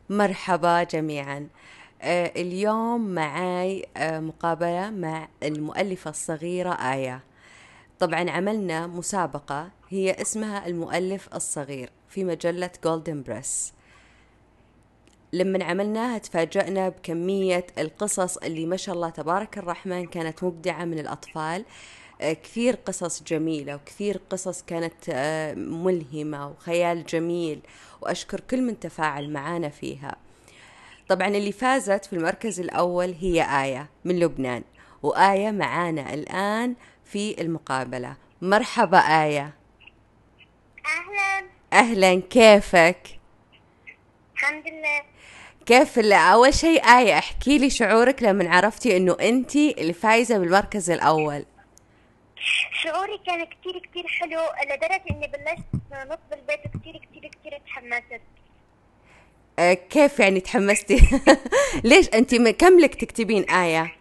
مرحبا جميعا. اليوم معاي مقابلة مع المؤلفة الصغيرة آية. طبعا عملنا مسابقة هي اسمها المؤلف الصغير في مجلة جولدن بريس. لما عملناها تفاجأنا بكمية القصص اللي ما شاء الله تبارك الرحمن كانت مبدعة من الأطفال. كثير قصص جميلة وكثير قصص كانت ملهمة وخيال جميل، وأشكر كل من تفاعل معانا فيها. طبعا اللي فازت في المركز الأول هي آية من لبنان، وآية معانا الآن في المقابلة. مرحبا آية. أهلا. أهلا، كيفك؟ الحمد لله. كيف أول شيء آية احكي لي شعورك لما عرفتي إنه أنتي اللي فايزة بالمركز الأول. شعوري كان كتير كتير حلو لدرجة إني بلشت نط بالبيت كتير كتير كتير تحمست. كيف يعني تحمستي؟ ليش أنتي كم لك تكتبين آية؟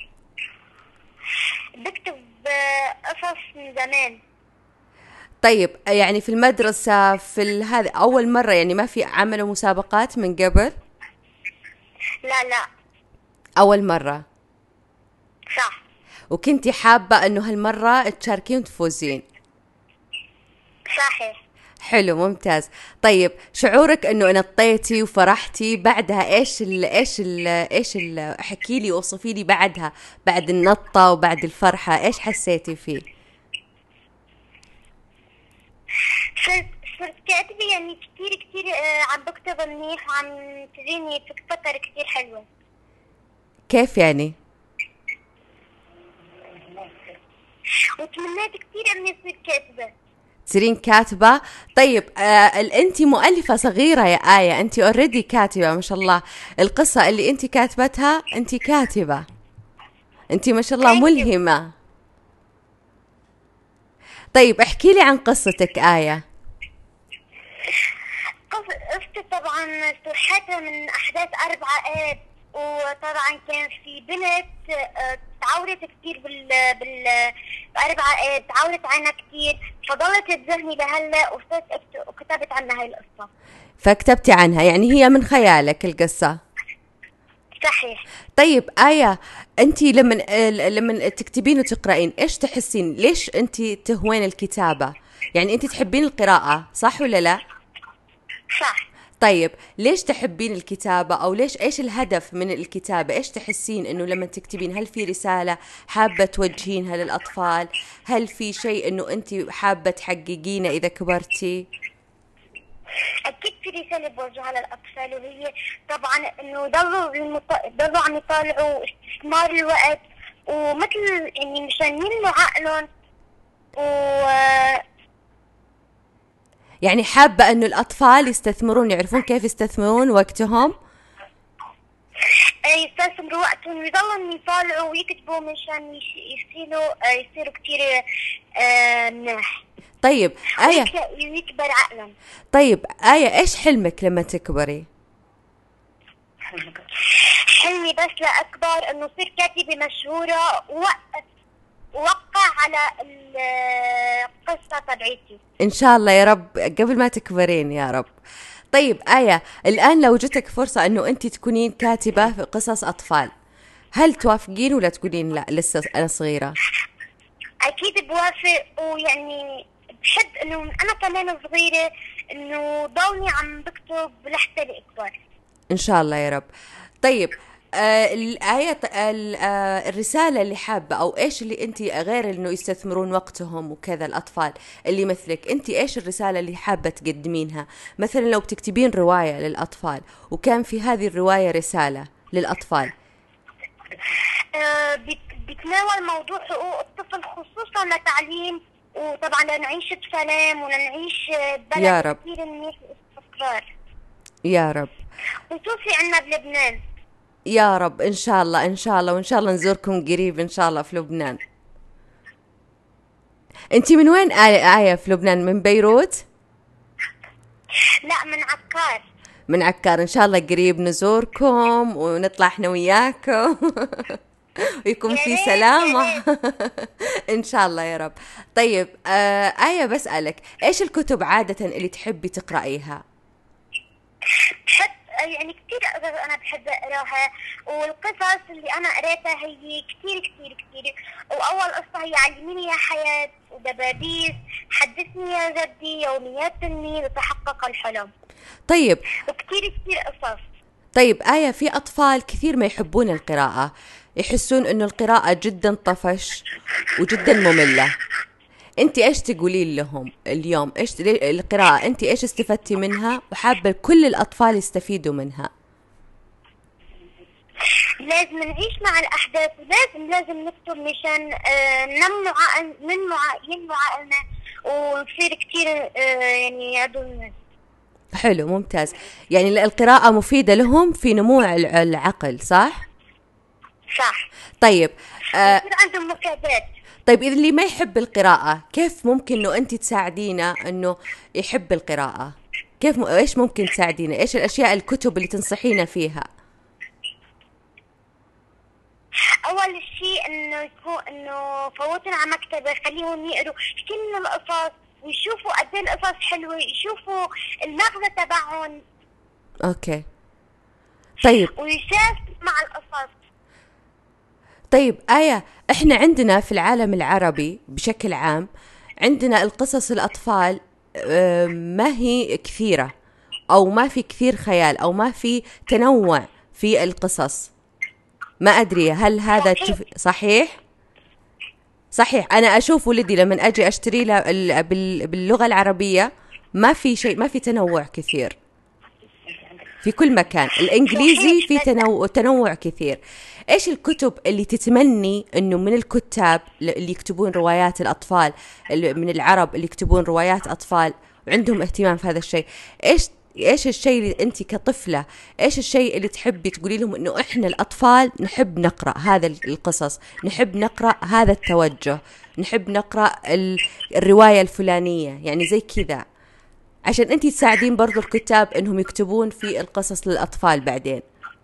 بكتب قصص من زمان. طيب يعني في المدرسة هذا أول مرة، يعني ما في عملوا مسابقات من قبل؟ لا لا. أول مرة. صح. وكنتي حابة انه هالمرة تشاركين وتفوزين؟ صحيح. حلو، ممتاز. طيب شعورك انه نطيتي وفرحتي بعدها، احكي لي وصفي لي بعدها، بعد النطة وبعد الفرحة ايش حسيتي فيه؟ صرت صرت كاتبة يعني كتير كتير عم بكتب منيح وعم تجيني فكرة كتير حلوة. كيف يعني؟ وتمنيت كتير إني أصير كاتبة. تصيرين كاتبة؟ طيب انتي مؤلفة صغيرة يا آية، انتي اوريدي كاتبة ما شاء الله. القصة اللي انتي كاتبتها انتي كاتبة، انتي ما شاء الله ثانك يو. ملهمة. طيب احكي لي عن قصتك آية. قصتي طبعا استوحيتها من أحداث 4 آب. وطبعا كان في بنت تعورت كتير ب4 آب، تعورت عنها كتير، فضلت تذهني لهلا وصرت وكتبت عنها هاي القصة. فكتبتي عنها، يعني هي من خيالك القصة؟ صحيح. طيب آية، انتي لما تكتبين وتقرأين ايش تحسين؟ ليش انتي تهوين الكتابة؟ يعني انتي تحبين القراءة صح ولا لا؟ صح. طيب ليش تحبين الكتابة، او ايش الهدف من الكتابة؟ ايش تحسين انه لما تكتبين؟ هل في رسالة حابة توجهينها للأطفال؟ هل في شيء انه انتي حابة تحققينه اذا كبرتي؟ أكيد في رسالة بوجهها للأطفال، وهي طبعا إنه ضلوا عم يطالعوا استثمار الوقت، ومثل يعني مشان ينموا عقلهم و يعني حابة انه الأطفال يستثمرون، يعرفون كيف يستثمرون وقتهم. يستثمروا وقتهم ويضلوا يطالعوا ويكتبوا مشان يصيروا كتير مناح. طيب آية. ويكبر عقلهم. طيب آية، إيش حلمك لما تكبري؟ حلمي بس لأكبر إنه صير كاتبة مشهورة ووقع على القصة تبعيتي. إن شاء الله يا رب قبل ما تكبرين يا رب. طيب آية، الآن لو جتك فرصة إنه أنت تكونين كاتبة في قصص أطفال، هل توافقين ولا تقولين لا لسه أنا صغيرة؟ أكيد بوافق، ويعني بحب إنه أنا كمان صغيرة إنه ضلني عم بكتب لحتى أكبر. إن شاء الله يا رب. طيب الآية الرسالة اللي حابة، أو إيش اللي أنت غير إنه يستثمرون وقتهم وكذا الأطفال اللي مثلك، أنت إيش الرسالة اللي حابة تقدمينها؟ مثلا لو بتكتبين رواية للأطفال وكان في هذه الرواية رسالة للأطفال. بتناول موضوع حقوق الطفل خصوصا لتعليم، وطبعا لنعيش بسلام ولنعيش يا ببلد رب. كثير منيح واستقرار. يا رب. خصوصي عنا بلبنان. يا رب إن شاء الله، إن شاء الله، وإن شاء الله نزوركم قريب إن شاء الله في لبنان. أنت من وين آية في لبنان؟ من بيروت؟ لا، من عكار. من عكار. إن شاء الله قريب نزوركم ونطلع إحنا وياكم ويكون يا في ريت يا سلامة. ريت. إن شاء الله يا رب. طيب آية، بسألك إيش الكتب عادة اللي تحبي تقرأيها؟ بحب يعني كثير قصص أنا بحب أقراها، والقصص اللي أنا قريتها هي كثير كثير كثير. وأول قصة هي علميني يا حياة، ودبابيس، حدثني يا جدي، يوميات تلميذ، وتحقق الحلم. طيب وكثير كثير قصص. طيب آية، في أطفال كثير ما يحبون القراءة، يحسون إنه القراءة جدا طفش وجدا مملة. أنت إيش تقولين لهم اليوم؟ إيش القراءة أنت إيش استفدتي منها وحابة كل الأطفال يستفيدوا منها؟ لازم نعيش مع الأحداث، ولازم نكتب مشان ننمو عقلنا ونصير كثير يعني هذول. حلو، ممتاز. يعني القراءة مفيدة لهم في نمو العقل، صح؟ صح. طيب يصير عندهم مفردات. طيب إذا اللي ما يحب القراءة، كيف ممكن إنه أنت تساعدينا إنه يحب القراءة؟ كيف إيش ممكن تساعدينا؟ إيش الأشياء الكتب اللي تنصحينا فيها؟ أول شيء إنه فوتنا على مكتبة، خليهم يقروا كل القصص ويشوفوا قد ايه القصص حلوة، يشوفوا المغزى تبعهم. أوكي. طيب ويشاركوا مع القصص. طيب آية، إحنا عندنا في العالم العربي بشكل عام عندنا القصص الأطفال ما هي كثيرة، أو ما في كثير خيال، أو ما في تنوع في القصص. ما أدري هل هذا صحيح؟ صحيح. أنا أشوف ولدي لما أجي أشتري له باللغة العربية ما في شيء، ما في تنوع كثير في كل مكان. الإنجليزي في تنوع كثير. إيش الكتب اللي تتمني إنه من الكتاب اللي يكتبون روايات الأطفال، من العرب اللي يكتبون روايات أطفال وعندهم اهتمام في هذا الشيء، إيش الشيء اللي أنت كطفلة، إيش الشيء اللي تحبي تقولي لهم إنه إحنا الأطفال نحب نقرأ هذا القصص، نحب نقرأ هذا التوجه، نحب نقرأ الرواية الفلانية، يعني زي كذا، عشان أنت تساعدين برضو الكتاب إنهم يكتبون في القصص للأطفال بعدين.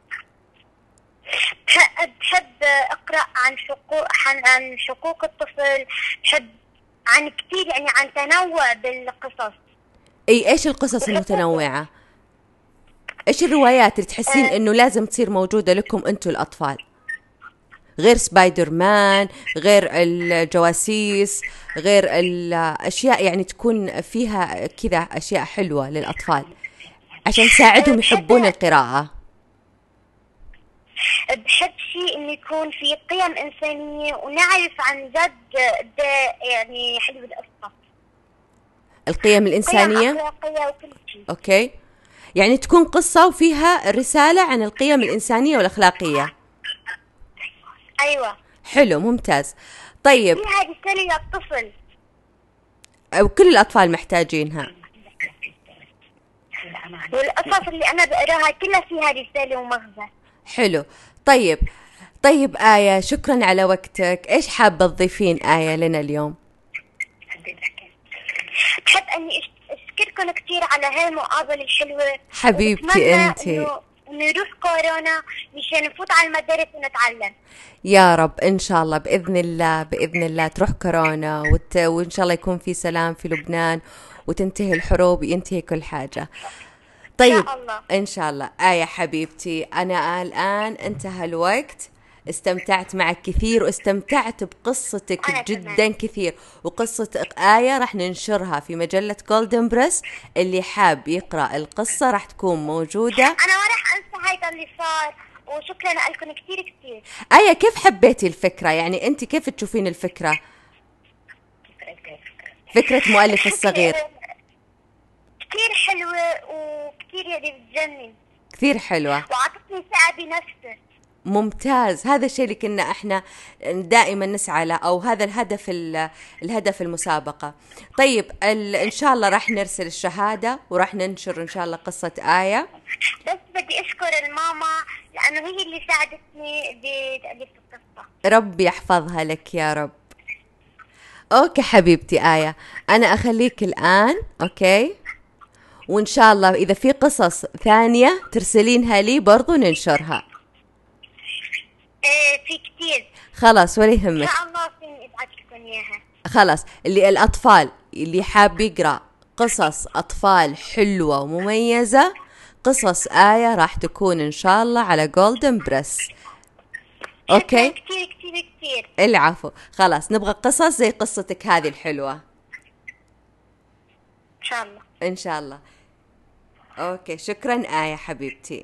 بحب أقرأ عن حقوق الطفل، بحب عن كثير يعني عن تنوع بالقصص. ايش القصص المتنوعة؟ ايش الروايات اللي تحسين انه لازم تصير موجودة لكم انتوا الاطفال، غير سبايدر مان، غير الجواسيس، غير الاشياء يعني تكون فيها كذا اشياء حلوة للاطفال عشان تساعدهم يحبون القراءة؟ بحب شيء انه يكون في قيم انسانية ونعرف عن جد يعني حلو القصة. القيم الإنسانية. وكل شيء. أوكي، يعني تكون قصة وفيها رسالة عن القيم الإنسانية والأخلاقية. أيوة. حلو، ممتاز. طيب فيها رسالة للطفل، وكل الأطفال محتاجينها، والقصص اللي أنا بقراها كلها فيها رسالة ومغزى. حلو. طيب آية، شكرا على وقتك. إيش حابة تضيفين آية لنا اليوم؟ بحب أني أشكركم كثير على هاي المقابلة الحلوة حبيبتي أنت. إنه يروح كورونا مشان نفوت على المدارس ونتعلم. يا رب إن شاء الله، بإذن الله بإذن الله تروح كورونا وإن شاء الله يكون في سلام في لبنان وتنتهي الحروب وينتهي كل حاجة. طيب إن شاء الله. آية حبيبتي، أنا الآن انتهى الوقت. استمتعت معك كثير واستمتعت بقصتك جدا كثير، وقصة آية راح ننشرها في مجلة جولدن بريس، اللي حاب يقرأ القصة راح تكون موجودة. أنا ما راح أنسى هيدا اللي صار، وشكرا لكم كثير كثير. آية، كيف حبيتي الفكرة؟ يعني أنت كيف تشوفين الفكرة؟ فكرة مؤلف الصغير كثير حلوة وكثير يعني بتجنن، كثير حلوة، وعطتني ثقة بنفسي. ممتاز. هذا الشيء اللي كنا احنا دائما نسعى له، او هذا الهدف المسابقة. طيب ان شاء الله راح نرسل الشهادة وراح ننشر ان شاء الله قصة آية. بس بدي اشكر الماما لانه هي اللي ساعدتني بتأليف القصة. ربي يحفظها لك يا رب. اوكي حبيبتي آية، انا اخليك الان. اوكي، وان شاء الله اذا في قصص ثانية ترسلينها لي برضو ننشرها. في كتير. خلاص ولا يهمك، ان شاء الله فيني ابعث لكم اياها. خلاص. الأطفال اللي حاب يقرأ قصص أطفال حلوة ومميزة، قصص آية راح تكون إن شاء الله على جولدن بريس. شكرا أوكي، كثير كثير كثير. العفو. خلاص نبغى قصص زي قصتك هذه الحلوة إن شاء الله. إن شاء الله. أوكي، شكرا آية حبيبتي.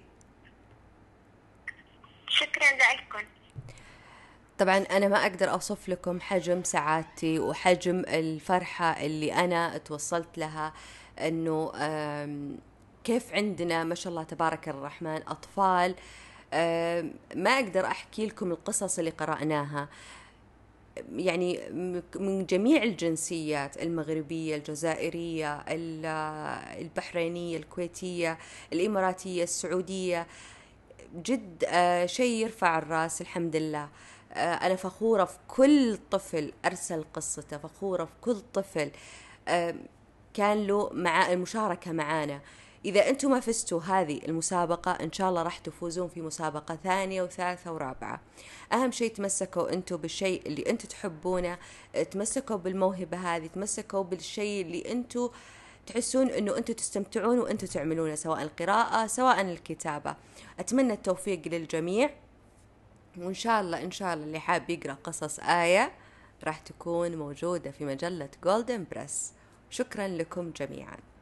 شكرا لكم. طبعا أنا ما أقدر أوصف لكم حجم سعادتي وحجم الفرحة اللي أنا توصلت لها، أنه كيف عندنا ما شاء الله تبارك الرحمن أطفال. ما أقدر أحكي لكم القصص اللي قرأناها، يعني من جميع الجنسيات، المغربية، الجزائرية، البحرينية، الكويتية، الإماراتية، السعودية. جد شيء يرفع الراس. الحمد لله. أنا فخورة في كل طفل أرسل قصته، فخورة في كل طفل كان له مع المشاركة معانا. إذا أنتم ما فزتوا هذه المسابقة إن شاء الله راح تفوزون في مسابقة ثانية وثالثة ورابعة. أهم شيء تمسكوا أنتم بالشيء اللي أنتم تحبونه، تمسكوا بالموهبة هذه، تمسكوا بالشيء اللي أنتم تحسون أنه أنتم تستمتعون وأنتم تعملونه، سواء القراءة سواء الكتابة. أتمنى التوفيق للجميع، وإن شاء الله إن شاء الله اللي حاب يقرأ قصص آية راح تكون موجودة في مجلة جولدن بريس. شكرا لكم جميعا.